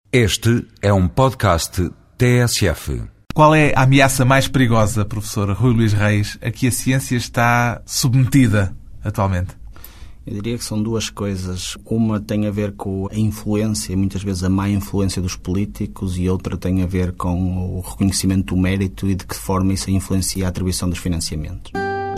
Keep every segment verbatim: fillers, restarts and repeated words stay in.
Este é um podcast T S F. Qual é a ameaça mais perigosa, professor Rui Luís Reis, a que a ciência está submetida atualmente? Eu diria que são duas coisas. Uma tem a ver com a influência, muitas vezes a má influência dos políticos, e outra tem a ver com o reconhecimento do mérito e de que forma isso influencia a atribuição dos financiamentos.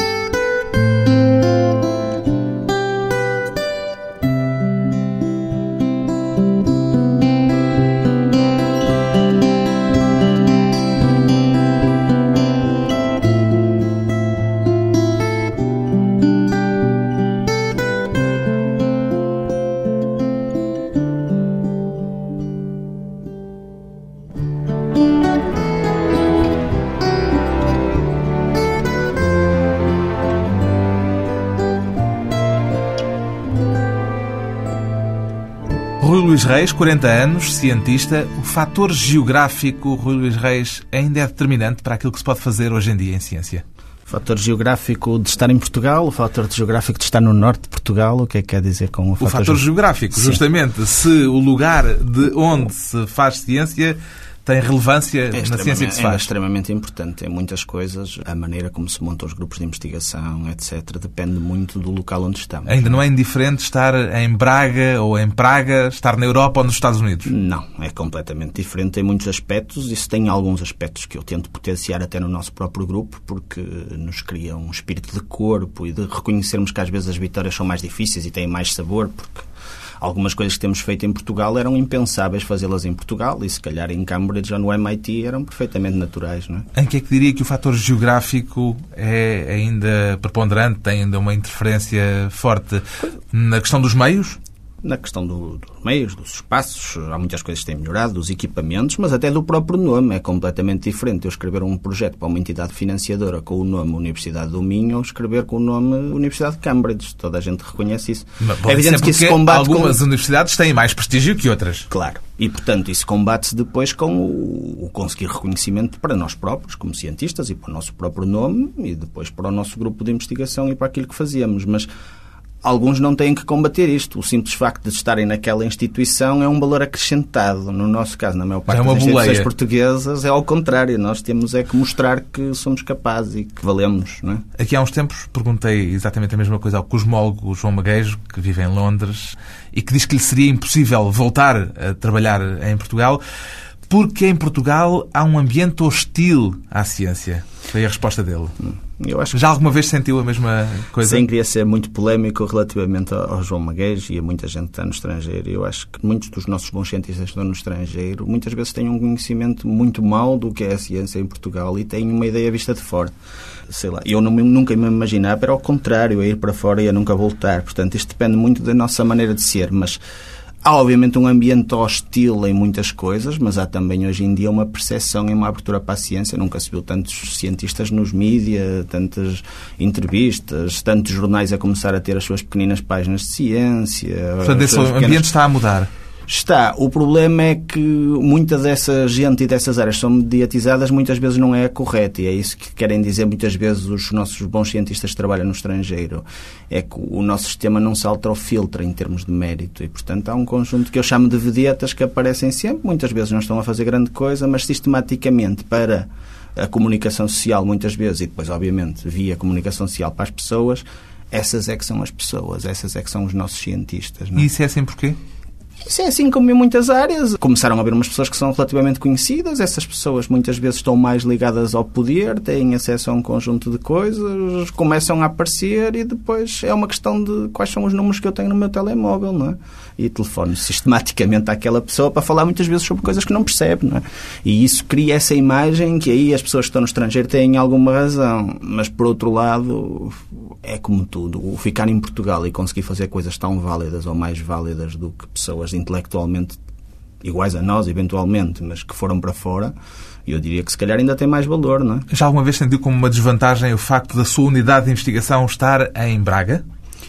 Rui Luís Reis, quarenta anos, cientista. O fator geográfico, Rui Luís Reis, ainda é determinante para aquilo que se pode fazer hoje em dia em ciência? O fator geográfico de estar em Portugal, o fator geográfico de estar no norte de Portugal, o que é que quer dizer com o fator... O fator geográfico, Sim. Justamente, se o lugar de onde se faz ciência tem relevância é na ciência que se faz. É extremamente importante. Em muitas coisas, a maneira como se montam os grupos de investigação, etcétera, depende muito do local onde estamos. Ainda não é indiferente estar em Braga ou em Praga, estar na Europa ou nos Estados Unidos? Não, é completamente diferente em muitos aspectos. Isso tem alguns aspectos que eu tento potenciar até no nosso próprio grupo, porque nos cria um espírito de corpo e de reconhecermos que às vezes as vitórias são mais difíceis e têm mais sabor, porque algumas coisas que temos feito em Portugal eram impensáveis fazê-las em Portugal e, se calhar, em Cambridge ou no M I T eram perfeitamente naturais, não é? Em que é que diria que o fator geográfico é ainda preponderante, tem ainda uma interferência forte? Na questão dos meios? Na questão do, dos meios, dos espaços, há muitas coisas que têm melhorado, dos equipamentos, mas até do próprio nome é completamente diferente. Eu escrever um projeto para uma entidade financiadora com o nome Universidade do Minho ou escrever com o nome Universidade de Cambridge. Toda a gente reconhece isso. Mas, é evidente que isso combate algumas com... universidades têm mais prestígio que outras. Claro. E, portanto, isso combate-se depois com o, o conseguir reconhecimento para nós próprios, como cientistas, e para o nosso próprio nome, e depois para o nosso grupo de investigação e para aquilo que fazíamos. Mas alguns não têm que combater isto. O simples facto de estarem naquela instituição é um valor acrescentado. No nosso caso, na maior parte é das instituições boleia. portuguesas, é ao contrário. Nós temos é que mostrar que somos capazes e que valemos, não é? Aqui há uns tempos perguntei exatamente a mesma coisa ao cosmólogo João Maguejo, que vive em Londres, e que diz que lhe seria impossível voltar a trabalhar em Portugal porque em Portugal há um ambiente hostil à ciência. Foi a resposta dele. Eu acho que... Já alguma vez sentiu a mesma coisa? Sem querer ser muito polémico relativamente ao João Maguejo e a muita gente que está no estrangeiro, eu acho que muitos dos nossos bons cientistas que estão no estrangeiro muitas vezes têm um conhecimento muito mau do que é a ciência em Portugal e têm uma ideia vista de fora. Sei lá, eu não, nunca me imaginava, era ao contrário, a ir para fora e a nunca voltar. Portanto, isto depende muito da nossa maneira de ser, mas há, obviamente, um ambiente hostil em muitas coisas, mas há também, hoje em dia, uma percepção e uma abertura para a ciência. Nunca se viu tantos cientistas nos mídia, tantas entrevistas, tantos jornais a começar a ter as suas pequeninas páginas de ciência. Portanto, esse pequenas... ambiente está a mudar. Está. O problema é que muita dessa gente e dessas áreas são mediatizadas, muitas vezes não é a correta, e é isso que querem dizer muitas vezes os nossos bons cientistas que trabalham no estrangeiro. É que o nosso sistema não se filtra em termos de mérito, e, portanto, há um conjunto que eu chamo de vedetas que aparecem sempre, muitas vezes não estão a fazer grande coisa, mas sistematicamente para a comunicação social, muitas vezes, e depois, obviamente, via comunicação social para as pessoas, essas é que são as pessoas, essas é que são os nossos cientistas. Não é? E isso é assim porquê? Isso é assim como em muitas áreas. Começaram a haver umas pessoas que são relativamente conhecidas. Essas pessoas muitas vezes estão mais ligadas ao poder, têm acesso a um conjunto de coisas, começam a aparecer e depois é uma questão de quais são os números que eu tenho no meu telemóvel, não é? E telefono sistematicamente àquela pessoa para falar muitas vezes sobre coisas que não percebe, não é? E isso cria essa imagem que aí as pessoas que estão no estrangeiro têm alguma razão. Mas, por outro lado, é como tudo. O ficar em Portugal e conseguir fazer coisas tão válidas ou mais válidas do que pessoas intelectualmente iguais a nós, eventualmente, mas que foram para fora, eu diria que se calhar ainda tem mais valor, não é? Já alguma vez sentiu como uma desvantagem o facto da sua unidade de investigação estar em Braga?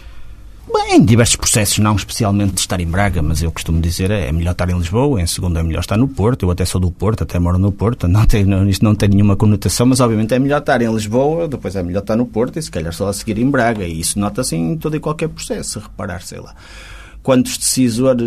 Bem, em diversos processos, não especialmente de estar em Braga, mas eu costumo dizer é melhor estar em Lisboa, em segundo é melhor estar no Porto, eu até sou do Porto, até moro no Porto, não tem, não, isto não tem nenhuma conotação, mas obviamente é melhor estar em Lisboa, depois é melhor estar no Porto e se calhar só a seguir em Braga, e isso nota-se em todo e qualquer processo, se reparar, sei lá. Quantos decisores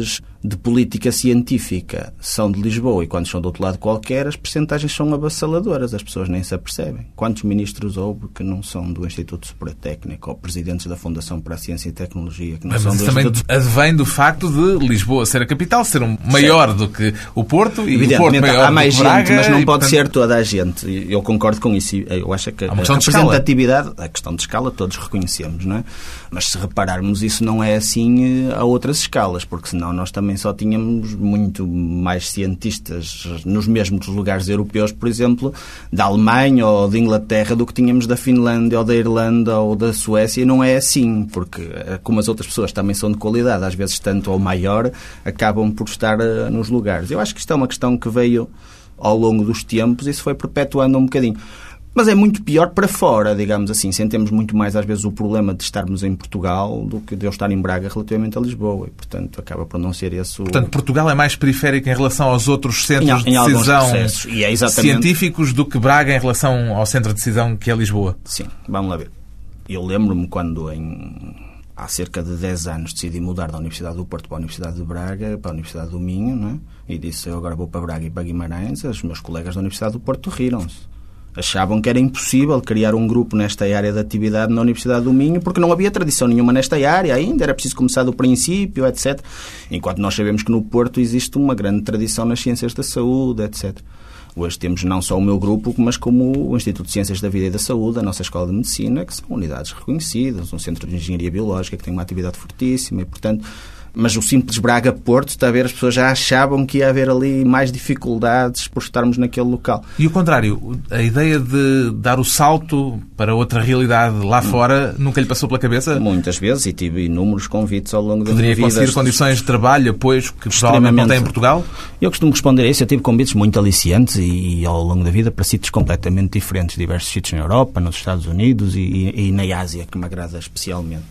de política científica são de Lisboa e quantos são do outro lado qualquer, as percentagens são avassaladoras, as pessoas nem se apercebem. Quantos ministros houve que não são do Instituto Superior Técnico ou presidentes da Fundação para a Ciência e Tecnologia que não Mas são do também Instituto... advém do facto de Lisboa ser a capital, ser um maior certo. do que o Porto e o Porto maior há mais do que Braga, gente, mas não e, pode portanto... ser toda a gente. Eu concordo com isso. Eu acho que a, a representatividade, a questão de escala, todos reconhecemos, não é? Mas se repararmos, isso não é assim a outras escalas, porque senão nós também só tínhamos muito mais cientistas nos mesmos lugares europeus, por exemplo, da Alemanha ou da Inglaterra, do que tínhamos da Finlândia ou da Irlanda ou da Suécia, e não é assim, porque como as outras pessoas também são de qualidade, às vezes tanto ou maior, acabam por estar uh, nos lugares. Eu acho que isto é uma questão que veio ao longo dos tempos e se foi perpetuando um bocadinho. Mas é muito pior para fora, digamos assim. Sentemos muito mais, às vezes, o problema de estarmos em Portugal do que de eu estar em Braga relativamente a Lisboa. E, portanto, acaba por não ser esse o... Portanto, Portugal é mais periférico em relação aos outros centros em, em de decisão e é exatamente... científicos do que Braga em relação ao centro de decisão que é Lisboa. Sim, vamos lá ver. Eu lembro-me quando, em... há cerca de dez anos, decidi mudar da Universidade do Porto para a Universidade de Braga, para a Universidade do Minho, não é? E disse, eu agora vou para Braga e para Guimarães. Os meus colegas da Universidade do Porto riram-se. Achavam que era impossível criar um grupo nesta área de atividade na Universidade do Minho porque não havia tradição nenhuma nesta área ainda, era preciso começar do princípio, etcétera. Enquanto nós sabemos que no Porto existe uma grande tradição nas ciências da saúde, etcétera. Hoje temos não só o meu grupo, mas como o Instituto de Ciências da Vida e da Saúde, a nossa Escola de Medicina, que são unidades reconhecidas, um centro de engenharia biológica que tem uma atividade fortíssima e, portanto... Mas o simples Braga-Porto, está a ver, as pessoas já achavam que ia haver ali mais dificuldades por estarmos naquele local. E o contrário, a ideia de dar o salto para outra realidade lá fora nunca lhe passou pela cabeça? Muitas vezes, e tive inúmeros convites ao longo da minha vida. Poderia conseguir condições de trabalho, apoios que provavelmente não tem em Portugal? Eu costumo responder a isso. Eu tive convites muito aliciantes e, e ao longo da vida para sítios completamente diferentes, diversos sítios na Europa, nos Estados Unidos e, e, e na Ásia, que me agrada especialmente.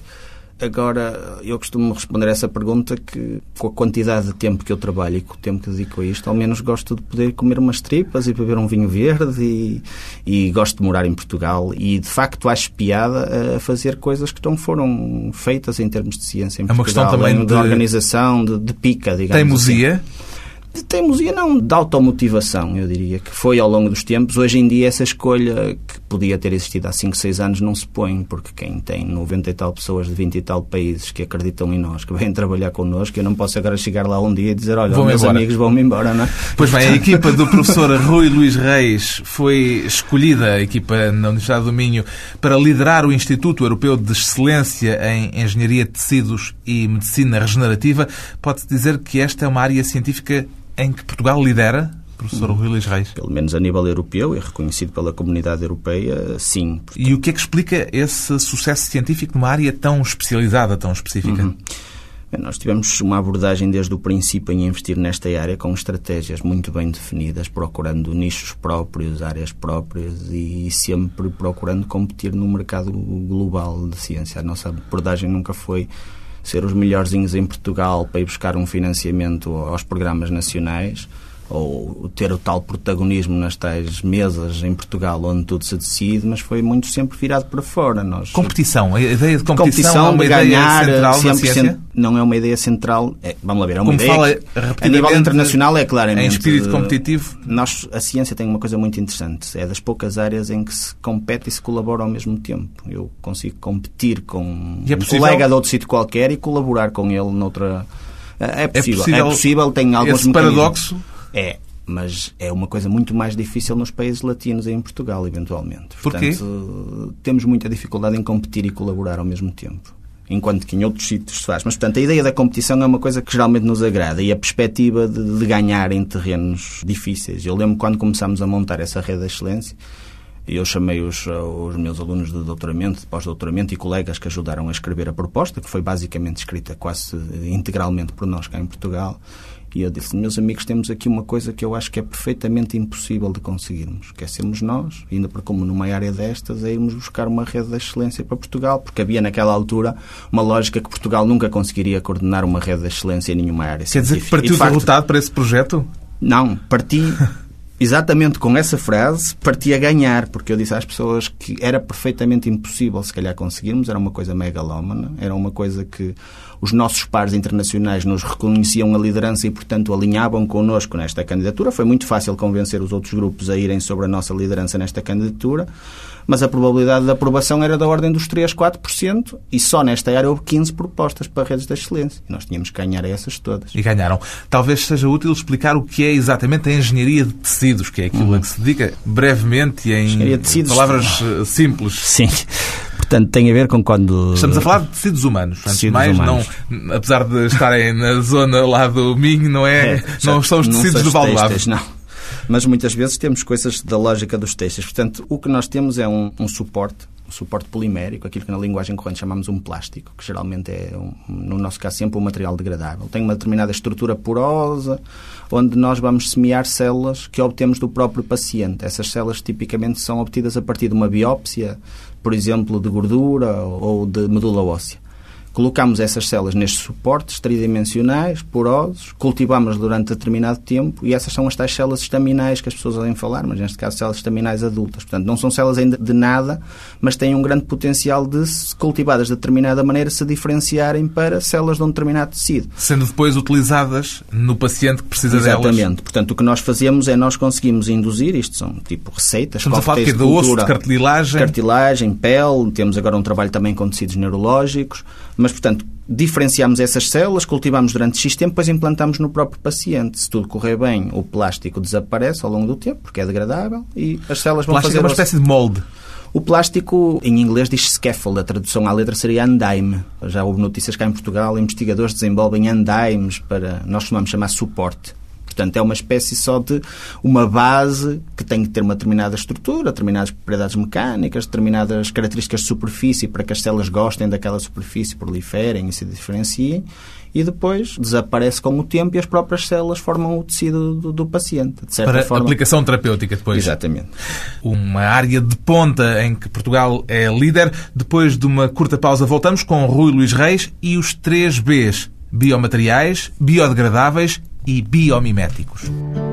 Agora, eu costumo responder a essa pergunta que, com a quantidade de tempo que eu trabalho e com o tempo que dedico a isto, ao menos gosto de poder comer umas tripas e beber um vinho verde e, e gosto de morar em Portugal e, de facto, acho piada a fazer coisas que não foram feitas em termos de ciência em Portugal. É uma questão também de, de organização, de, de pica, digamos teimosia? Assim. De teimosia, não, de automotivação, eu diria, que foi ao longo dos tempos. Hoje em dia essa escolha que podia ter existido há cinco, seis anos não se põe, porque quem tem noventa e tal pessoas de vinte e tal países que acreditam em nós, que vêm trabalhar connosco, eu não posso agora chegar lá um dia e dizer, olha, meus embora. amigos vão-me embora, não é? Pois bem, a equipa do professor Rui Luís Reis foi escolhida, a equipa na Universidade do Minho, para liderar o Instituto Europeu de Excelência em Engenharia de Tecidos e Medicina Regenerativa. Pode-se dizer que esta é uma área científica em que Portugal lidera, professor Rui Luís Reis? Pelo menos a nível europeu e reconhecido pela comunidade europeia, sim. Portanto... E o que é que explica esse sucesso científico numa área tão especializada, tão específica? Uhum. Bem, nós tivemos uma abordagem desde o princípio em investir nesta área com estratégias muito bem definidas, procurando nichos próprios, áreas próprias e sempre procurando competir no mercado global de ciência. A nossa abordagem nunca foi ser os melhorzinhos em Portugal para ir buscar um financiamento aos programas nacionais ou ter o tal protagonismo nas tais mesas em Portugal onde tudo se decide, mas foi muito sempre virado para fora. Nós... Competição. A ideia de competição, competição é uma ideia ganhar, central da ciência? Não é uma ideia central. É, vamos lá ver, é uma Como ideia fala que, a nível internacional é claramente... Em espírito competitivo? Nós, a ciência tem uma coisa muito interessante. É das poucas áreas em que se compete e se colabora ao mesmo tempo. Eu consigo competir com é um colega de outro sítio qualquer e colaborar com ele noutra... É possível. É possível, é possível tem alguns esse paradoxo? É, mas é uma coisa muito mais difícil nos países latinos e em Portugal, eventualmente. Porquê? Portanto, temos muita dificuldade em competir e colaborar ao mesmo tempo, enquanto que em outros sítios se faz. Mas, portanto, a ideia da competição é uma coisa que geralmente nos agrada e a perspectiva de, de ganhar em terrenos difíceis. Eu lembro quando começámos a montar essa rede de excelência, eu chamei os, os meus alunos de doutoramento, de pós-doutoramento e colegas que ajudaram a escrever a proposta, que foi basicamente escrita quase integralmente por nós cá em Portugal. E eu disse, meus amigos, temos aqui uma coisa que eu acho que é perfeitamente impossível de conseguirmos, que é sermos nós, ainda para como numa área destas, é irmos buscar uma rede de excelência para Portugal, porque havia naquela altura uma lógica que Portugal nunca conseguiria coordenar uma rede de excelência em nenhuma área científica. Quer dizer que partiu de facto, derrotado para esse projeto? Não, parti... Exatamente com essa frase parti a ganhar, porque eu disse às pessoas que era perfeitamente impossível se calhar conseguirmos, era uma coisa megalómana, era uma coisa que os nossos pares internacionais nos reconheciam a liderança e, portanto, alinhavam connosco nesta candidatura. Foi muito fácil convencer os outros grupos a irem sobre a nossa liderança nesta candidatura, mas a probabilidade de aprovação era da ordem dos três, quatro por cento e só nesta área houve quinze propostas para redes de excelência. E nós tínhamos que ganhar essas todas. E ganharam. Talvez seja útil explicar o que é exatamente a engenharia de tecidos, que é aquilo uhum. a que se dedica brevemente e em palavras simples. Sim. Portanto, tem a ver com quando... Estamos a falar de tecidos humanos. Antes de mais, humanos. Não, apesar de estarem na zona lá do Minho, não, é, é não são os tecidos do Valdoavo. Não. Mas muitas vezes temos coisas da lógica dos têxteis. Portanto, o que nós temos é um, um suporte, um suporte polimérico, aquilo que na linguagem corrente chamamos um plástico, que geralmente é, um, no nosso caso, sempre um material degradável. Tem uma determinada estrutura porosa, onde nós vamos semear células que obtemos do próprio paciente. Essas células tipicamente são obtidas a partir de uma biópsia, por exemplo, de gordura ou de medula óssea. Colocamos essas células nestes suportes tridimensionais, porosos, cultivamos durante determinado tempo e essas são as tais células estaminais que as pessoas ouvem falar, mas neste caso células estaminais adultas. Portanto, não são células ainda de nada, mas têm um grande potencial de, cultivadas de determinada maneira, se diferenciarem para células de um determinado tecido. Sendo depois utilizadas no paciente que precisa Exatamente. delas. Exatamente. Portanto, o que nós fazemos é nós conseguimos induzir, isto são tipo receitas. Estamos a falar de, de osso, de cartilagem? Cartilagem, pele, temos agora um trabalho também com tecidos neurológicos. Mas, portanto, diferenciamos essas células, cultivamos durante X tempo, depois implantamos no próprio paciente. Se tudo correr bem, o plástico desaparece ao longo do tempo, porque é degradável, e as células vão fazer... O plástico fazer... é uma espécie de molde. O plástico, em inglês, diz scaffold. A tradução à letra seria enzyme. Já houve notícias cá em Portugal, investigadores desenvolvem enzymes para... Nós chamamos chamar suporte. Portanto, é uma espécie só de uma base que tem que ter uma determinada estrutura, determinadas propriedades mecânicas, determinadas características de superfície para que as células gostem daquela superfície, proliferem e se diferenciem, e depois desaparece com o tempo e as próprias células formam o tecido do, do paciente. De certa para forma... aplicação terapêutica depois. Exatamente. Uma área de ponta em que Portugal é líder. Depois de uma curta pausa voltamos com Rui Luís Reis e os três Bs. Biomateriais, biodegradáveis e biomiméticos.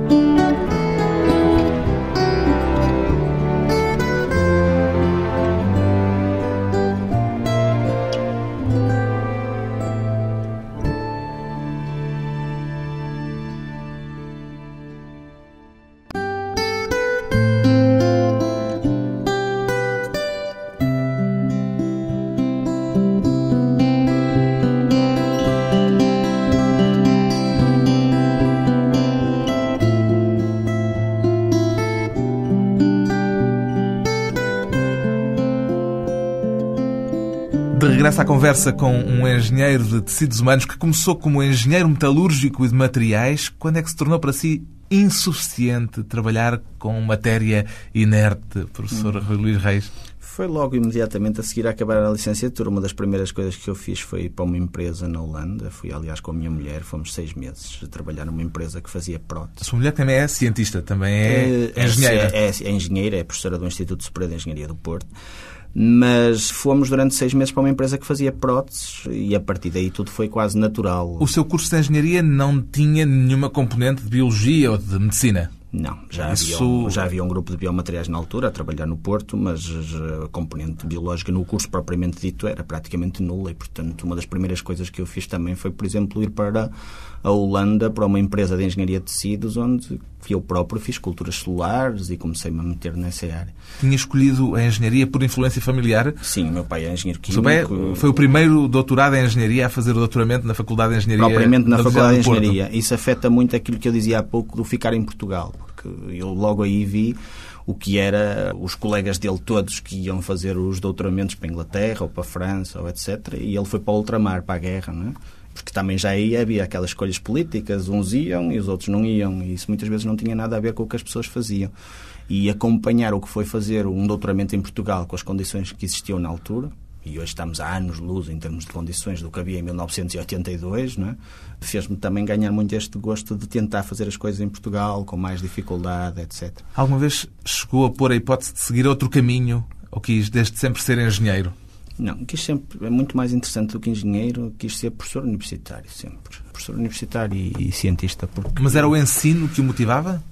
De regresso à conversa com um engenheiro de tecidos humanos que começou como engenheiro metalúrgico e de materiais, quando é que se tornou para si insuficiente trabalhar com matéria inerte, professor hum. Rui Luís Reis? Foi logo imediatamente a seguir a acabar a licenciatura. Uma das primeiras coisas que eu fiz foi ir para uma empresa na Holanda. Fui, aliás, com a minha mulher. Fomos seis meses a trabalhar numa empresa que fazia prótese. A sua mulher também é cientista, também é, é engenheira. É, é, é engenheira, é professora do Instituto Superior de Engenharia do Porto. Mas fomos durante seis meses para uma empresa que fazia próteses e a partir daí tudo foi quase natural. O seu curso de engenharia não tinha nenhuma componente de biologia ou de medicina? Não, já, Isso... havia um, já havia um grupo de biomateriais na altura a trabalhar no Porto, mas a componente biológica no curso propriamente dito era praticamente nula e, portanto, uma das primeiras coisas que eu fiz também foi, por exemplo, ir para a Holanda, para uma empresa de engenharia de tecidos, onde eu próprio fiz culturas celulares e comecei-me a meter nessa área. Tinha escolhido a engenharia por influência familiar? Sim, o meu pai é engenheiro químico. Pai foi o primeiro doutorado em engenharia a fazer o doutoramento na Faculdade de Engenharia? Propriamente na Faculdade de Engenharia. Porto. Isso afeta muito aquilo que eu dizia há pouco do ficar em Portugal, porque eu logo aí vi o que era os colegas dele todos que iam fazer os doutoramentos para a Inglaterra ou para a França, ou etcétera. E ele foi para o ultramar, para a guerra, não é? Porque também já aí havia aquelas escolhas políticas, uns iam e os outros não iam, e isso muitas vezes não tinha nada a ver com o que as pessoas faziam. E acompanhar o que foi fazer um doutoramento em Portugal com as condições que existiam na altura, e hoje estamos a anos-luz em termos de condições do que havia em mil novecentos e oitenta e dois, não é? Fez-me também ganhar muito este gosto de tentar fazer as coisas em Portugal com mais dificuldade, etcétera. Alguma vez chegou a pôr a hipótese de seguir outro caminho ou quis desde sempre ser engenheiro? Não, quis sempre, é muito mais interessante do que engenheiro, quis ser professor universitário sempre. Professor universitário e, e cientista. Porque... Mas era o ensino que o motivava?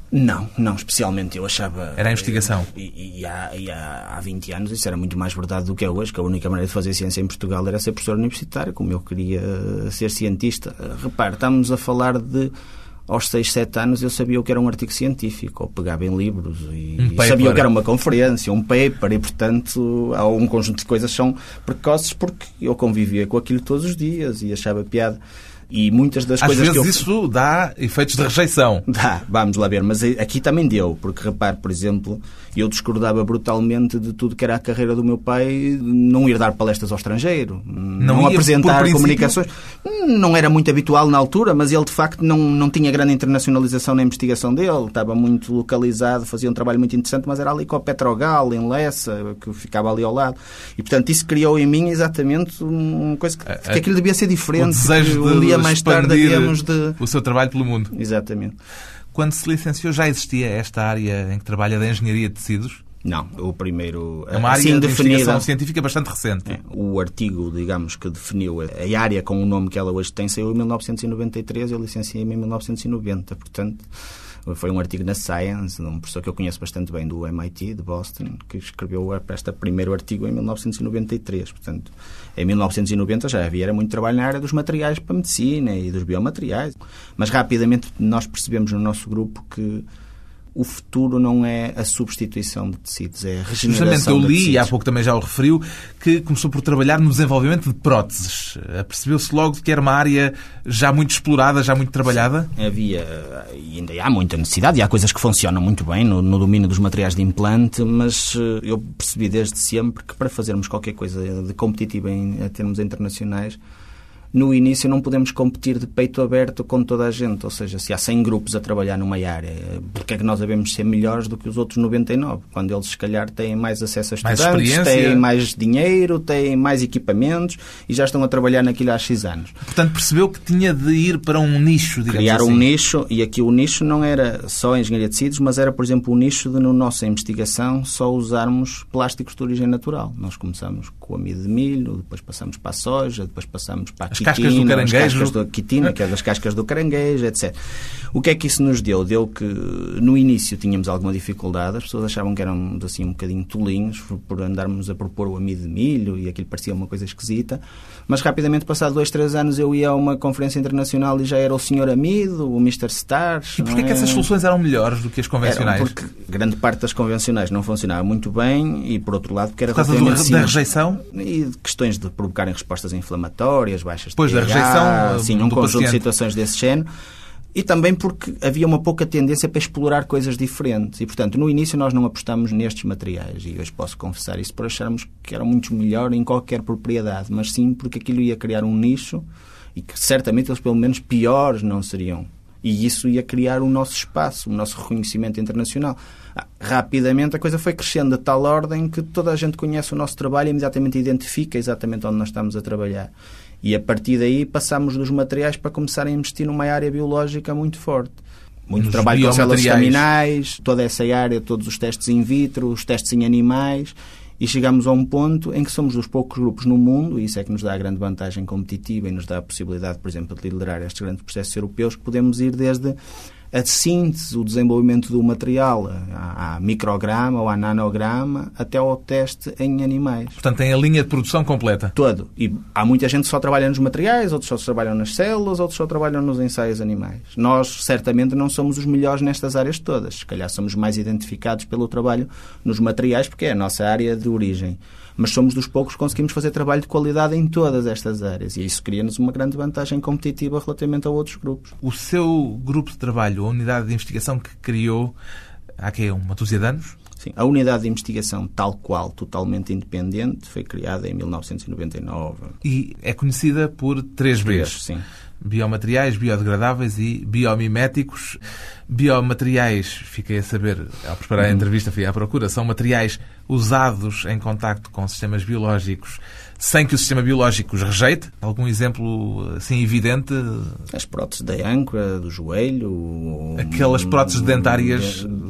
Não, não, especialmente eu achava... Era a investigação. E, e, há, e há, há vinte anos isso era muito mais verdade do que é hoje, que a única maneira de fazer ciência em Portugal era ser professor universitário, como eu queria ser cientista. Repare, estamos a falar de... Aos seis, sete anos eu sabia o que era um artigo científico, ou pegava em livros e um sabia o que era uma conferência, um paper, e portanto há um conjunto de coisas que são precoces porque eu convivia com aquilo todos os dias e achava piada. E muitas das Às coisas vezes que eu... isso dá efeitos de rejeição. Dá, vamos lá ver, mas aqui também deu, porque repare, por exemplo, eu discordava brutalmente de tudo que era a carreira do meu pai, não ir dar palestras ao estrangeiro, não, não apresentar comunicações. Não era muito habitual na altura, mas ele de facto não, não tinha grande internacionalização na investigação dele, estava muito localizado, fazia um trabalho muito interessante, mas era ali com a Petrogal, em Lessa, que ficava ali ao lado. E portanto isso criou em mim exatamente uma coisa que, que aquilo devia ser diferente. O desejo um de dia mais tarde havíamos de... o seu trabalho pelo mundo. Exatamente. Quando se licenciou já existia esta área em que trabalha da engenharia de tecidos? Não, o primeiro... É uma área assim, de definida, investigação científica bastante recente. É, o artigo, digamos, que definiu a área com o nome que ela hoje tem saiu em mil novecentos e noventa e três, eu licenciei-me em mil novecentos e noventa, portanto... Foi um artigo na Science, de um professor que eu conheço bastante bem, do M I T, de Boston, que escreveu este primeiro artigo em mil novecentos e noventa e três. Portanto, em mil novecentos e noventa já havia muito trabalho na área dos materiais para a medicina e dos biomateriais. Mas rapidamente nós percebemos no nosso grupo que o futuro não é a substituição de tecidos, é a regeneração de tecidos. Justamente eu li, e há pouco também já o referiu, que começou por trabalhar no desenvolvimento de próteses. Percebeu-se logo que era uma área já muito explorada, já muito trabalhada? Sim, havia, e ainda há muita necessidade, e há coisas que funcionam muito bem no, no domínio dos materiais de implante, mas eu percebi desde sempre que para fazermos qualquer coisa de competitivo em, em termos internacionais, no início não podemos competir de peito aberto com toda a gente, ou seja, se há cem grupos a trabalhar numa área, porque é que nós devemos ser melhores do que os outros noventa e nove? Quando eles, se calhar, têm mais acesso a estudantes, têm mais dinheiro, têm mais equipamentos e já estão a trabalhar naquilo há X anos. Portanto, percebeu que tinha de ir para um nicho, digamos Criar assim. um nicho, e aqui o nicho não era só a engenharia de tecidos, mas era, por exemplo, o nicho de, na nossa investigação, só usarmos plásticos de origem natural. Nós começamos com o amido de milho, depois passamos para a soja, depois passamos para a As cascas do caranguejo. As cascas da quitina, que é das cascas do caranguejo, etcétera. O que é que isso nos deu? Deu que no início tínhamos alguma dificuldade, as pessoas achavam que éramos assim um bocadinho tolinhos por andarmos a propor o amido de milho e aquilo parecia uma coisa esquisita, mas rapidamente, passado dois, três anos, eu ia a uma conferência internacional e já era o senhor Amido, o mister Stars. E porquê é que essas soluções eram melhores do que as convencionais? Eram porque grande parte das convencionais não funcionava muito bem e, por outro lado, porque era por causa relativamente da rejeição? E de questões de provocarem respostas inflamatórias, baixas de Pois, da rejeição, sim, um conjunto de situações desse género. E também porque havia uma pouca tendência para explorar coisas diferentes. E, portanto, no início nós não apostamos nestes materiais. E hoje posso confessar isso por acharmos que eram muito melhor em qualquer propriedade. Mas sim porque aquilo ia criar um nicho e que certamente eles, pelo menos, piores não seriam. E isso ia criar o nosso espaço, o nosso reconhecimento internacional. Ah, rapidamente a coisa foi crescendo de tal ordem que toda a gente conhece o nosso trabalho e imediatamente identifica exatamente onde nós estamos a trabalhar. E a partir daí passamos dos materiais para começar a investir numa área biológica muito forte. Muito Nos trabalho com células estaminais, toda essa área, todos os testes in vitro, os testes em animais, e chegamos a um ponto em que somos dos poucos grupos no mundo, e isso é que nos dá a grande vantagem competitiva e nos dá a possibilidade, por exemplo, de liderar estes grandes processos europeus, que podemos ir desde a síntese, o desenvolvimento do material, à micrograma ou à nanograma, até ao teste em animais. Portanto, tem a linha de produção completa. Todo. E há muita gente que só trabalha nos materiais, outros só trabalham nas células, outros só trabalham nos ensaios animais. Nós, certamente, não somos os melhores nestas áreas todas. Se calhar somos mais identificados pelo trabalho nos materiais, porque é a nossa área de origem. Mas somos dos poucos que conseguimos fazer trabalho de qualidade em todas estas áreas. E isso cria-nos uma grande vantagem competitiva relativamente a outros grupos. O seu grupo de trabalho, a unidade de investigação que criou há que uma dúzia de anos? Sim. A unidade de investigação, tal qual, totalmente independente, foi criada em mil novecentos e noventa e nove. E é conhecida por três Bs. Sim. Biomateriais, biodegradáveis e biomiméticos. Biomateriais, fiquei a saber, ao preparar a entrevista, fui à procura, são materiais usados em contacto com sistemas biológicos sem que o sistema biológico os rejeite. Algum exemplo assim evidente? As próteses da âncora, do joelho... Aquelas próteses dentárias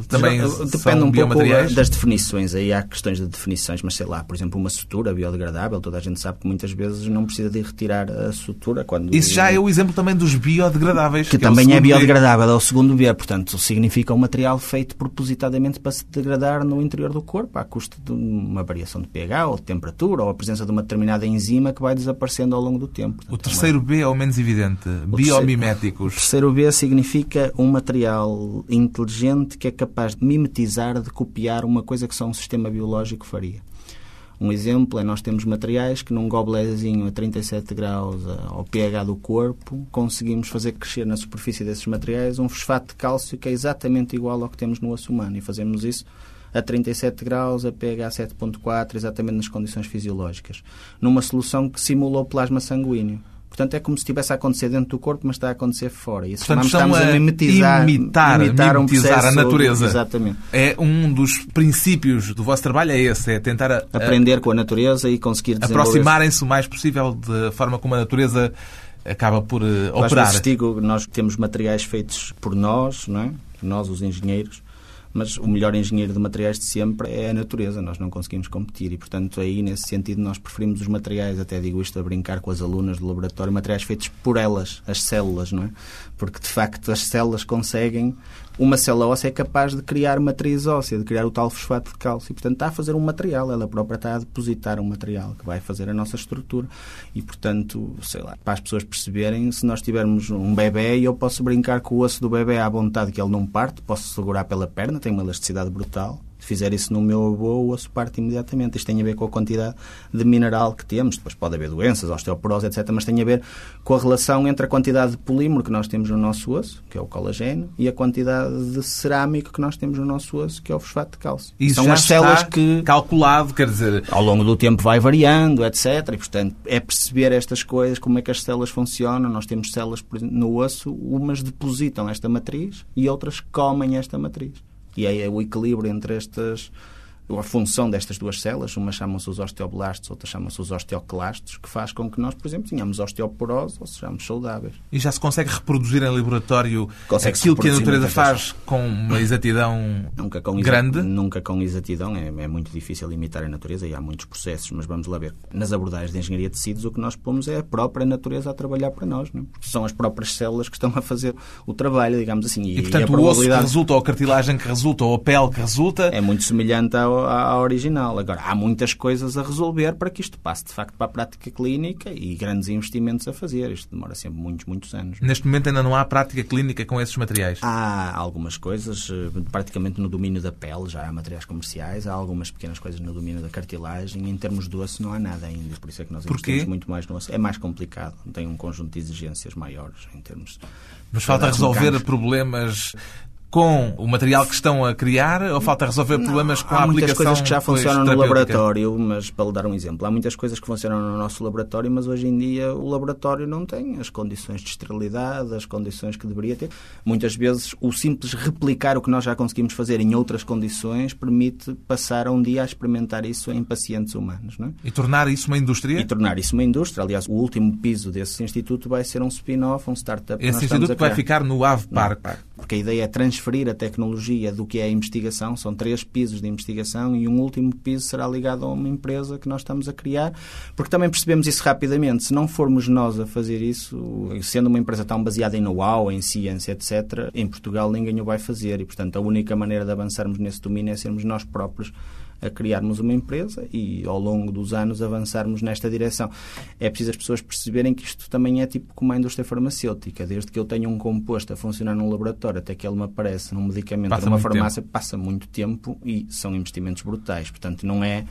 também Depende são um biomateriais? pouco das definições. Aí há questões de definições, mas sei lá, por exemplo, uma sutura biodegradável, toda a gente sabe que muitas vezes não precisa de retirar a sutura. Quando... Isso já é o exemplo também dos biodegradáveis. Que, que também é, é biodegradável, é o segundo B. Portanto, significa um material feito propositadamente para se degradar no interior do corpo, à custa de uma variação de pH ou de temperatura, ou a presença de uma determinada enzima que vai desaparecendo ao longo do tempo. Portanto, o terceiro B é o menos evidente. O Biomiméticos. O terceiro B significa um material inteligente que é capaz de mimetizar, de copiar uma coisa que só um sistema biológico faria. Um exemplo é nós temos materiais que num gobelézinho a trinta e sete graus ao pH do corpo conseguimos fazer crescer na superfície desses materiais um fosfato de cálcio que é exatamente igual ao que temos no osso humano, e fazemos isso a trinta e sete graus, a pH sete ponto quatro, exatamente nas condições fisiológicas, numa solução que simula o plasma sanguíneo. Portanto, é como se estivesse a acontecer dentro do corpo, mas está a acontecer fora. E isso Portanto, estamos a, a mimetizar, imitar, imitar, um mimetizar a natureza. Exatamente. É um dos princípios do vosso trabalho, é esse, é tentar a, aprender a, com a natureza e conseguir desenvolver... aproximarem-se o mais possível da forma como a natureza acaba por uh, Às operar. vezes digo, nós temos materiais feitos por nós, não é? Nós, os engenheiros, mas o melhor engenheiro de materiais de sempre é a natureza. Nós não conseguimos competir e, portanto, aí, nesse sentido, nós preferimos os materiais, até digo isto a brincar com as alunas do laboratório, materiais feitos por elas, as células, não é? Porque, de facto, as células conseguem... Uma célula óssea é capaz de criar matriz óssea, de criar o tal fosfato de cálcio. E, portanto, está a fazer um material. Ela própria está a depositar um material que vai fazer a nossa estrutura. E, portanto, sei lá, para as pessoas perceberem, se nós tivermos um bebê e eu posso brincar com o osso do bebê à vontade que ele não parte, posso segurar pela perna, tem uma elasticidade brutal. Se fizer isso no meu avô, o osso parte imediatamente. Isto tem a ver com a quantidade de mineral que temos. Depois pode haver doenças, osteoporose, etcétera. Mas tem a ver com a relação entre a quantidade de polímero que nós temos no nosso osso, que é o colagênio, e a quantidade de cerâmico que nós temos no nosso osso, que é o fosfato de cálcio. Isso são já as células está que calculado, quer dizer... Ao longo do tempo vai variando, etcétera. E, portanto, é perceber estas coisas, como é que as células funcionam. Nós temos células no osso, umas depositam esta matriz e outras comem esta matriz. E aí é o equilíbrio entre estas... a função destas duas células, umas chamam-se os osteoblastos, outras chamam-se os osteoclastos, que faz com que nós, por exemplo, tenhamos osteoporose ou sejamos saudáveis. E já se consegue reproduzir em laboratório Consegue-se aquilo que a natureza faz com uma exatidão nunca com grande? Nunca com exatidão, é, é muito difícil imitar a natureza e há muitos processos, mas vamos lá ver. Nas abordagens de engenharia de tecidos, o que nós pomos é a própria natureza a trabalhar para nós, não é? Porque são as próprias células que estão a fazer o trabalho, digamos assim. E, e portanto, a o probabilidade... osso que resulta, ou a cartilagem que resulta, ou a pele que resulta... É muito semelhante ao à original. Agora, há muitas coisas a resolver para que isto passe, de facto, para a prática clínica e grandes investimentos a fazer. Isto demora sempre muitos, muitos anos. Neste momento ainda não há prática clínica com esses materiais? Há algumas coisas, praticamente no domínio da pele, já há materiais comerciais, há algumas pequenas coisas no domínio da cartilagem. Em termos de osso não há nada ainda, por isso é que nós investimos muito mais no osso. É mais complicado, tem um conjunto de exigências maiores em termos... Mas falta resolver problemas... com o material que estão a criar, ou falta resolver problemas não, com a aplicação? Há muitas coisas que já funcionam no terapêutica? laboratório, mas para lhe dar um exemplo, há muitas coisas que funcionam no nosso laboratório, mas hoje em dia o laboratório não tem as condições de esterilidade, as condições que deveria ter. Muitas vezes o simples replicar o que nós já conseguimos fazer em outras condições permite passar um dia a experimentar isso em pacientes humanos. Não é? E tornar isso uma indústria? E tornar isso uma indústria. Aliás, o último piso desse instituto vai ser um spin-off, um startup. Esse instituto vai ficar no Ave Park. Porque a ideia é transferir a tecnologia do que é a investigação. São três pisos de investigação e um último piso será ligado a uma empresa que nós estamos a criar. Porque também percebemos isso rapidamente. Se não formos nós a fazer isso, sendo uma empresa tão baseada em know-how, em ciência, etcétera, em Portugal ninguém o vai fazer. E, portanto, a única maneira de avançarmos nesse domínio é sermos nós próprios a criarmos uma empresa e, ao longo dos anos, avançarmos nesta direção. É preciso as pessoas perceberem que isto também é tipo como a indústria farmacêutica. Desde que eu tenho um composto a funcionar num laboratório até que ele me aparece num medicamento, passa numa farmácia, tempo. passa muito tempo e são investimentos brutais. Portanto, não é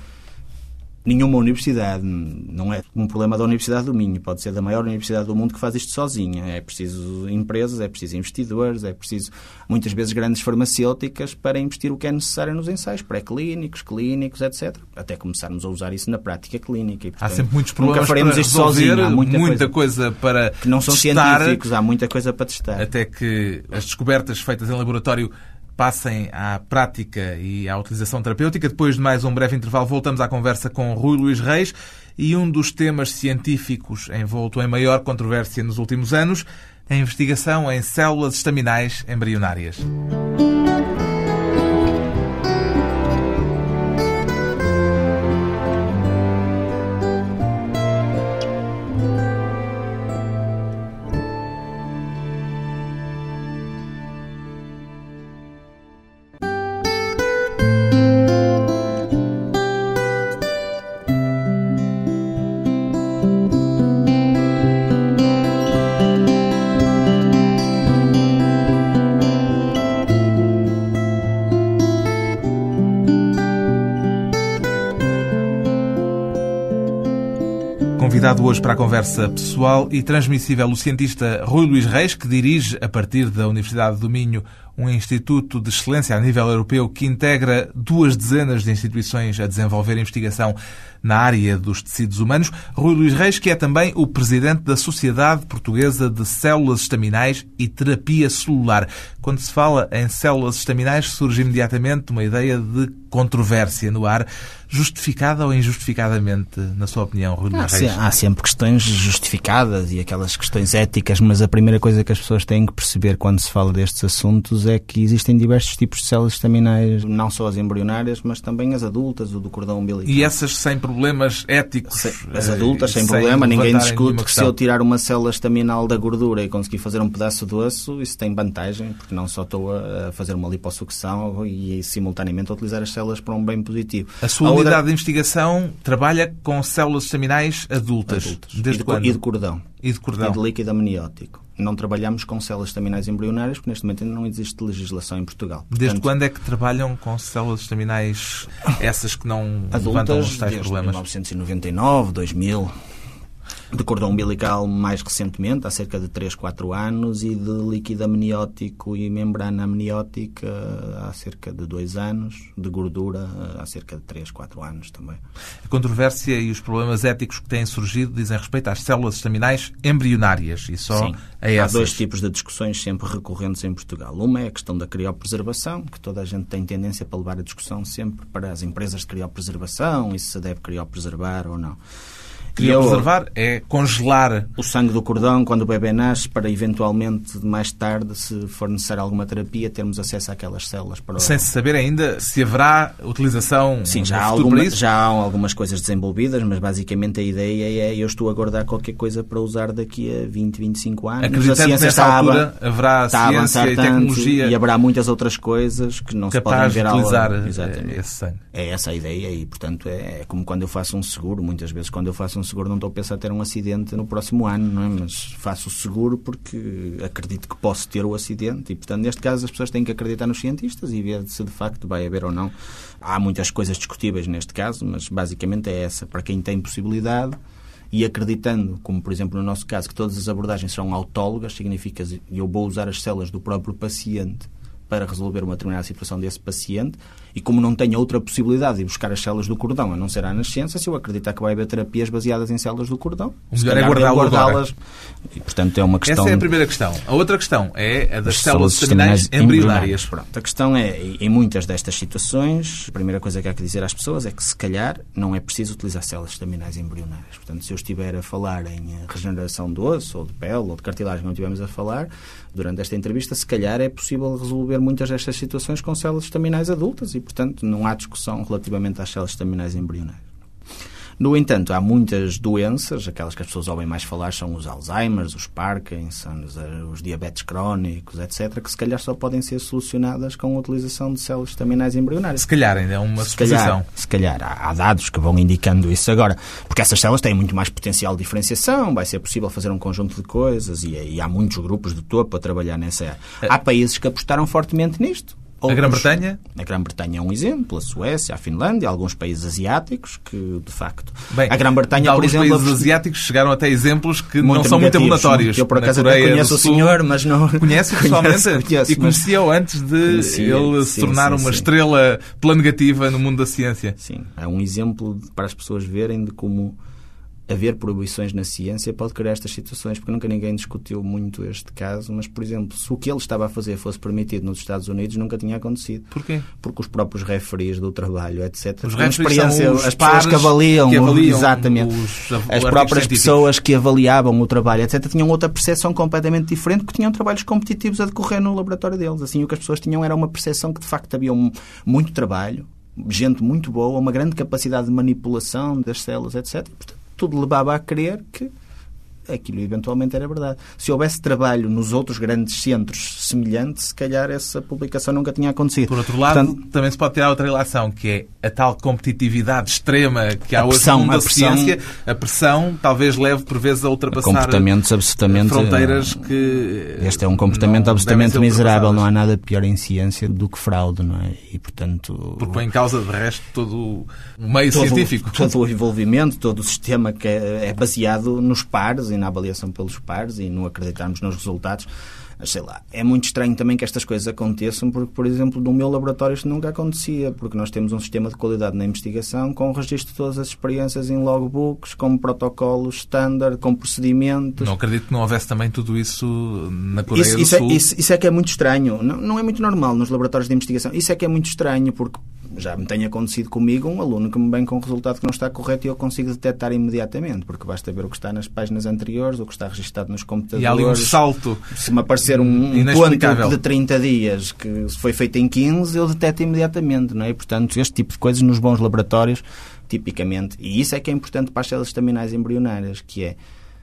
nenhuma universidade, não é um problema da Universidade do Minho, pode ser da maior universidade do mundo que faz isto sozinha. É preciso empresas, é preciso investidores, é preciso muitas vezes grandes farmacêuticas para investir o que é necessário nos ensaios pré-clínicos, clínicos, etcétera. Até começarmos a usar isso na prática clínica. E, portanto, há sempre muitos problemas nunca faremos para isto resolver, sozinho. Há muita, muita coisa, coisa para que não são testar, científicos, há muita coisa para testar. Até que as descobertas feitas em laboratório passem à prática e à utilização terapêutica. Depois de mais um breve intervalo, voltamos à conversa com Rui Luís Reis e um dos temas científicos envolto em maior controvérsia nos últimos anos, a investigação em células estaminais embrionárias. convidado hoje para a conversa pessoal e transmissível o cientista Rui Luís Reis, que dirige, a partir da Universidade do Minho, um instituto de excelência a nível europeu que integra duas dezenas de instituições a desenvolver investigação na área dos tecidos humanos. Rui Luís Reis, que é também o presidente da Sociedade Portuguesa de Células Estaminais e Terapia Celular. Quando se fala em células estaminais, surge imediatamente uma ideia de controvérsia no ar. Justificada ou injustificadamente, na sua opinião, Rui Luís Reis? Há sempre questões justificadas e aquelas questões éticas, mas a primeira coisa que as pessoas têm que perceber quando se fala destes assuntos é que existem diversos tipos de células estaminais, não só as embrionárias, mas também as adultas, o do cordão umbilical. E essas sem problemas éticos? As adultas, sem, sem problema, ninguém discute que se eu tirar uma célula estaminal da gordura e conseguir fazer um pedaço de osso, isso tem vantagem, porque não só estou a fazer uma lipossucção e simultaneamente a utilizar as células para um bem positivo. A sua a unidade outra... de investigação trabalha com células estaminais adultas. adultas. Desde e de, quando? E de cordão. E de cordão. E de líquido amniótico. Não trabalhamos com células estaminais embrionárias, porque neste momento ainda não existe legislação em Portugal. Portanto, desde quando é que trabalham com células estaminais, essas que não adultas, levantam os tais desde problemas? mil novecentos e noventa e nove, dois mil... De cordão umbilical mais recentemente, há cerca de três, quatro anos, e de líquido amniótico e membrana amniótica há cerca de dois anos, de gordura há cerca de três, quatro anos também. A controvérsia e os problemas éticos que têm surgido dizem respeito às células estaminais embrionárias e só Sim. a essas. Há dois tipos de discussões sempre recorrentes em Portugal. Uma é a questão da criopreservação, que toda a gente tem tendência para levar a discussão sempre para as empresas de criopreservação e se deve criopreservar ou não. Criopreservar é congelar o sangue do cordão quando o bebê nasce para eventualmente mais tarde, se for necessário alguma terapia, termos acesso àquelas células. Para o... Sem se saber ainda se haverá utilização. Sim, já há, alguma, já há algumas coisas desenvolvidas, mas basicamente a ideia é eu estou a guardar qualquer coisa para usar daqui a vinte, vinte e cinco anos. Acreditando a ciência nessa está altura a, haverá está ciência a e tecnologia e haverá muitas outras coisas que não se podem ver capaz de utilizar Exatamente. esse sangue. É essa a ideia e, portanto, é como quando eu faço um seguro. Muitas vezes quando eu faço um seguro não estou a pensar ter um acidente no próximo ano, não é? Mas faço o seguro porque acredito que posso ter o acidente e, portanto, neste caso as pessoas têm que acreditar nos cientistas e ver se de facto vai haver ou não. Há muitas coisas discutíveis neste caso, mas basicamente é essa. Para quem tem possibilidade e acreditando, como por exemplo no nosso caso, que todas as abordagens são autólogas, significa que eu vou usar as células do próprio paciente para resolver uma determinada situação desse paciente e como não tenho outra possibilidade de buscar as células do cordão, a não ser a nascença, se eu acreditar que vai haver terapias baseadas em células do cordão, o melhor é guardá-las. E, portanto, é uma questão... Essa é a primeira questão. A outra questão é a das células estaminais embrionárias. Pronto, a questão é, em muitas destas situações, a primeira coisa que há que dizer às pessoas é que, se calhar, não é preciso utilizar células estaminais embrionárias. Portanto, se eu estiver a falar em regeneração de osso, ou de pele, ou de cartilagem, como estivemos a falar, durante esta entrevista, se calhar é possível resolver muitas destas situações com células estaminais adultas e, portanto, não há discussão relativamente às células estaminais embrionárias. No entanto, há muitas doenças, aquelas que as pessoas ouvem mais falar são os Alzheimer's, os Parkinson's, os diabetes crónicos, etcétera, que se calhar só podem ser solucionadas com a utilização de células estaminais embrionárias. Se calhar ainda é uma se suposição. Calhar, se calhar, há, há dados que vão indicando isso agora, porque essas células têm muito mais potencial de diferenciação, vai ser possível fazer um conjunto de coisas e, e há muitos grupos de topo a trabalhar nessa área. Há países que apostaram fortemente nisto. Outros, a Grã-Bretanha? A Grã-Bretanha é um exemplo, a Suécia, a Finlândia, alguns países asiáticos que, de facto... Bem, a Grã-Bretanha, por exemplo... Alguns países asiáticos chegaram até exemplos que não são muito abonatórios. Eu, por acaso, até conheço o senhor, mas não... Conhece pessoalmente? Conheço, e conhecia-o antes de conhecia, ele se sim, tornar sim, uma sim. estrela pela negativa no mundo da ciência. Sim, é um exemplo para as pessoas verem de como haver proibições na ciência pode criar estas situações, porque nunca ninguém discutiu muito este caso, mas, por exemplo, se o que ele estava a fazer fosse permitido nos Estados Unidos, nunca tinha acontecido. Porquê? Porque os próprios referees do trabalho, etcétera, os experiência, os as pessoas que avaliam, que avaliam exatamente, os, as próprias pessoas que avaliavam o trabalho, etcétera, tinham outra percepção completamente diferente, porque tinham trabalhos competitivos a decorrer no laboratório deles. Assim, o que as pessoas tinham era uma percepção que, de facto, havia um, muito trabalho, gente muito boa, uma grande capacidade de manipulação das células, etcétera. Portanto, tudo levava a crer que aquilo eventualmente era verdade. Se houvesse trabalho nos outros grandes centros semelhantes, se calhar essa publicação nunca tinha acontecido. Por outro lado, Portanto, também se pode tirar outra relação, que é a tal competitividade extrema que há hoje pressão, no mundo da pressão, ciência. A pressão talvez leve, por vezes, a ultrapassar comportamentos absolutamente, fronteiras que... Este é um comportamento não absolutamente miserável. Não há nada pior em ciência do que fraude, não é? E, portanto... Porque põe em causa, de resto, todo o meio todo, científico. Todo o envolvimento, todo o sistema que é, é baseado nos pares e na avaliação pelos pares e no acreditarmos nos resultados. Mas, sei lá, é muito estranho também que estas coisas aconteçam porque, por exemplo, no meu laboratório isto nunca acontecia, porque nós temos um sistema de qualidade na investigação com o registro de todas as experiências em logbooks, com protocolos standard, com procedimentos. Não acredito que não houvesse também tudo isso na Coreia isso, do isso Sul. É, isso, isso é que é muito estranho. Não, não é muito normal nos laboratórios de investigação. Isso é que é muito estranho, porque já me tem acontecido comigo um aluno que me vem com um resultado que não está correto e eu consigo detectar imediatamente, porque basta ver o que está nas páginas anteriores, o que está registado nos computadores. E há ali um salto. Se me aparecer um, um ponto de trinta dias que foi feito em quinze, eu deteto imediatamente, não é? E, portanto, este tipo de coisas nos bons laboratórios, tipicamente, e isso é que é importante para as células estaminais embrionárias, que é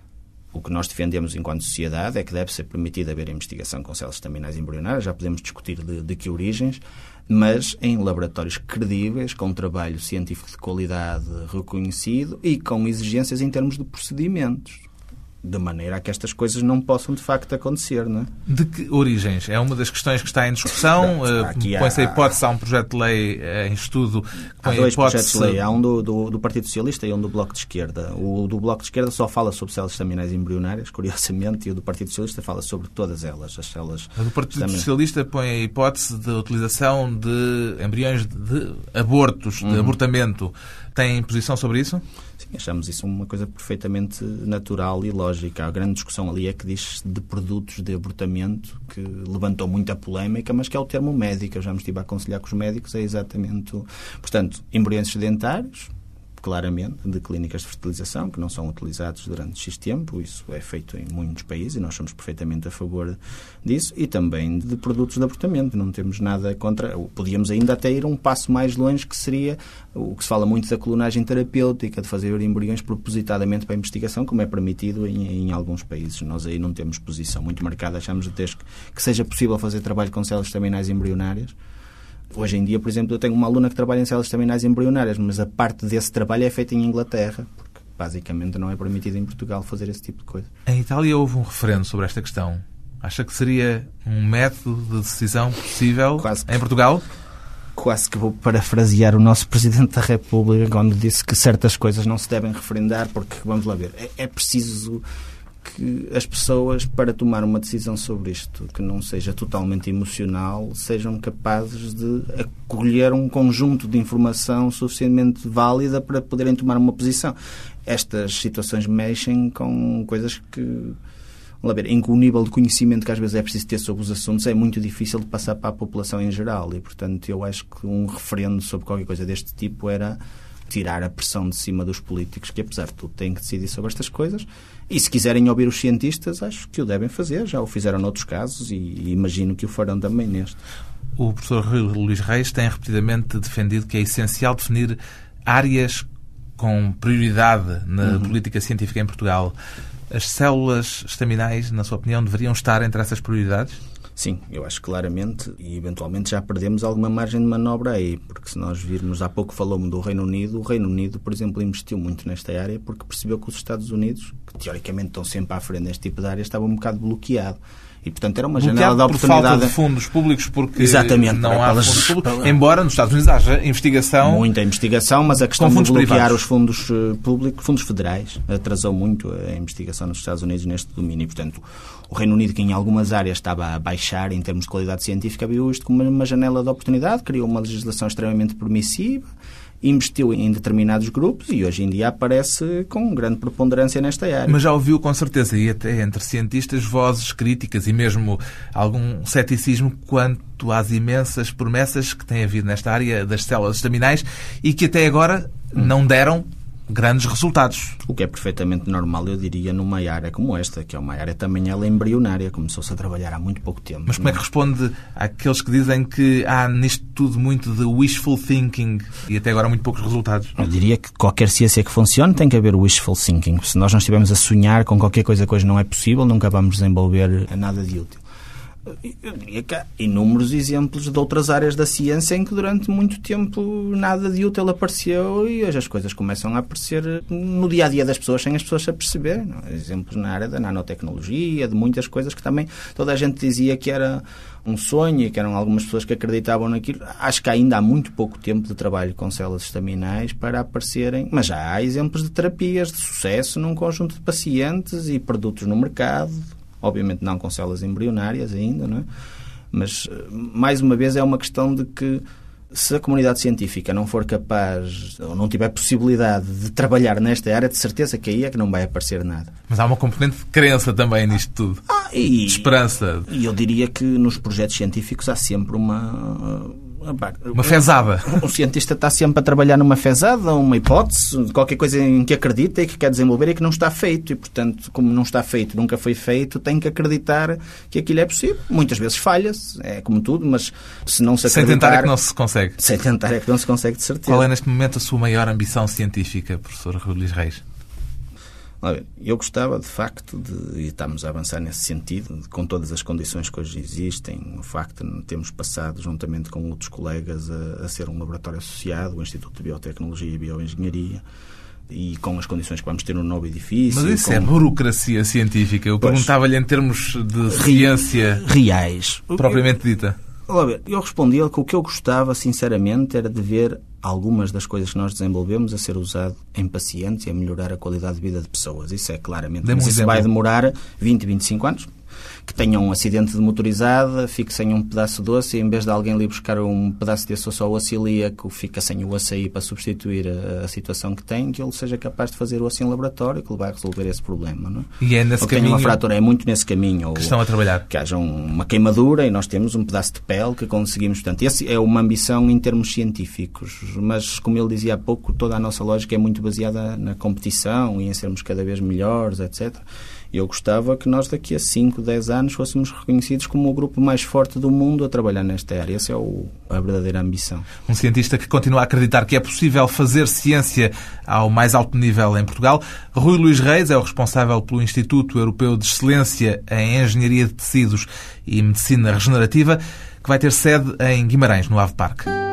o que nós defendemos enquanto sociedade, é que deve ser permitido haver investigação com células estaminais embrionárias, já podemos discutir de, de que origens, mas em laboratórios credíveis, com trabalho científico de qualidade reconhecido e com exigências em termos de procedimentos, de maneira a que estas coisas não possam de facto acontecer, não é? De que origens? É uma das questões que está em discussão. Uh, Põe-se a hipótese, há um projeto de lei uh, em estudo. Há dois projetos de lei. Há um do, do, do Partido Socialista e um do Bloco de Esquerda. O do Bloco de Esquerda só fala sobre células estaminais embrionárias, curiosamente, e o do Partido Socialista fala sobre todas elas, as células. O do Partido Socialista põe a hipótese da utilização de embriões de abortos, de uhum. abortamento. Tem posição sobre isso? Sim, achamos isso uma coisa perfeitamente natural e lógica. A grande discussão ali é que diz de produtos de abortamento, que levantou muita polémica, mas que é o termo médico. Eu já me estive a aconselhar com os médicos, é exatamente o... Portanto, embriões sedentários, claramente, de clínicas de fertilização, que não são utilizados durante X tempo. Isso é feito em muitos países e nós somos perfeitamente a favor disso. E também de produtos de abortamento. Não temos nada contra... Podíamos ainda até ir um passo mais longe, que seria o que se fala muito da clonagem terapêutica, de fazer embriões propositadamente para a investigação, como é permitido em, em alguns países. Nós aí não temos posição muito marcada. Achamos até que, que seja possível fazer trabalho com células estaminais embrionárias. Hoje em dia, por exemplo, eu tenho uma aluna que trabalha em células estaminais embrionárias, mas a parte desse trabalho é feita em Inglaterra, porque basicamente não é permitido em Portugal fazer esse tipo de coisa. Em Itália houve um referendo sobre esta questão. Acha que seria um método de decisão possível Quase que... em Portugal? Quase que vou parafrasear o nosso Presidente da República quando disse que certas coisas não se devem referendar, porque, vamos lá ver, é, é preciso que as pessoas, para tomar uma decisão sobre isto, que não seja totalmente emocional, sejam capazes de acolher um conjunto de informação suficientemente válida para poderem tomar uma posição. Estas situações mexem com coisas que... Vamos ver, em que o nível de conhecimento que às vezes é preciso ter sobre os assuntos é muito difícil de passar para a população em geral e, portanto, eu acho que um referendo sobre qualquer coisa deste tipo era tirar a pressão de cima dos políticos, que apesar de tudo têm que decidir sobre estas coisas, e se quiserem ouvir os cientistas, acho que o devem fazer, já o fizeram noutros casos e, e imagino que o farão também neste. O professor Luís Reis tem repetidamente defendido que é essencial definir áreas com prioridade na uhum. política científica em Portugal. As células estaminais, na sua opinião, deveriam estar entre essas prioridades? Sim, eu acho claramente, e eventualmente já perdemos alguma margem de manobra aí, porque se nós virmos, há pouco falou-me do Reino Unido, o Reino Unido, por exemplo, investiu muito nesta área porque percebeu que os Estados Unidos, que teoricamente estão sempre à frente neste tipo de área, estavam um bocado bloqueado. E, portanto, era uma janela de oportunidade. Por falta de fundos públicos, porque Exatamente, não há elas... fundos públicos. Embora nos Estados Unidos haja investigação... Muita investigação, mas a questão de bloquear privados. os fundos públicos, fundos federais, atrasou muito a investigação nos Estados Unidos neste domínio. E, portanto, o Reino Unido, que em algumas áreas estava a baixar em termos de qualidade científica, viu isto como uma janela de oportunidade, criou uma legislação extremamente permissiva, investiu em determinados grupos e hoje em dia aparece com grande preponderância nesta área. Mas já ouviu com certeza, e até entre cientistas, vozes críticas e mesmo algum ceticismo quanto às imensas promessas que tem havido nesta área das células estaminais e que até agora hum. não deram grandes resultados. O que é perfeitamente normal, eu diria, numa área como esta, que é uma área também ela embrionária, começou-se a trabalhar há muito pouco tempo. Mas como é que responde àqueles que dizem que há nisto tudo muito de wishful thinking e até agora muito poucos resultados? Eu diria que qualquer ciência que funcione tem que haver wishful thinking. Se nós não estivermos a sonhar com qualquer coisa que hoje não é possível, nunca vamos desenvolver nada de útil. Eu diria que há inúmeros exemplos de outras áreas da ciência em que durante muito tempo nada de útil apareceu e hoje as coisas começam a aparecer no dia-a-dia das pessoas sem as pessoas se aperceber. Não? Exemplos na área da nanotecnologia, de muitas coisas que também toda a gente dizia que era um sonho e que eram algumas pessoas que acreditavam naquilo. Acho que ainda há muito pouco tempo de trabalho com células estaminais para aparecerem, mas já há exemplos de terapias de sucesso num conjunto de pacientes e produtos no mercado. Obviamente não com células embrionárias ainda, não é? Mas, mais uma vez, é uma questão de que se a comunidade científica não for capaz ou não tiver possibilidade de trabalhar nesta área, de certeza que aí é que não vai aparecer nada. Mas há uma componente de crença também nisto tudo. Ah, e, de esperança. E eu diria que nos projetos científicos há sempre uma... Uma fezada. Um cientista está sempre a trabalhar numa fezada, uma hipótese, qualquer coisa em que acredita e que quer desenvolver e que não está feito. E, portanto, como não está feito, nunca foi feito, tem que acreditar que aquilo é possível. Muitas vezes falha-se, é como tudo, mas se não se acreditar... Sem tentar é que não se consegue. Sem tentar é que não se consegue, de certeza. Qual é, neste momento, a sua maior ambição científica, professor Rui Luís Reis? Eu gostava, de facto, de, e estamos a avançar nesse sentido, de, com todas as condições que hoje existem, o facto de termos passado, juntamente com outros colegas, a, a ser um laboratório associado, o Instituto de Biotecnologia e Bioengenharia, e com as condições que vamos ter no novo edifício... Mas isso com... é burocracia científica. Eu perguntava-lhe em termos de ciência... Reais. Propriamente dita. Eu respondi-lhe que o que eu gostava, sinceramente, era de ver algumas das coisas que nós desenvolvemos a ser usado em pacientes e a melhorar a qualidade de vida de pessoas. Isso é claramente... Mas isso vai demorar vinte, vinte e cinco anos. Que tenham um acidente de motorizada, fique sem um pedaço de osso e em vez de alguém ali buscar um pedaço de osso ao osso ilíaco, fica sem o osso aí para substituir a, a situação que tem, que ele seja capaz de fazer o osso em laboratório, que ele vai resolver esse problema. Não é? E é nesse ou que caminho... tenha uma fratura, é muito nesse caminho. Ou que estão a trabalhar. Que haja uma queimadura e nós temos um pedaço de pele que conseguimos. Portanto, essa é uma ambição em termos científicos, mas como ele dizia há pouco, toda a nossa lógica é muito baseada na competição e em sermos cada vez melhores, etcétera. Eu gostava que nós daqui a cinco, dez anos fôssemos reconhecidos como o grupo mais forte do mundo a trabalhar nesta área. Essa é o, a verdadeira ambição. Um cientista que continua a acreditar que é possível fazer ciência ao mais alto nível em Portugal. Rui Luís Reis é o responsável pelo Instituto Europeu de Excelência em Engenharia de Tecidos e Medicina Regenerativa, que vai ter sede em Guimarães, no Ave Parque.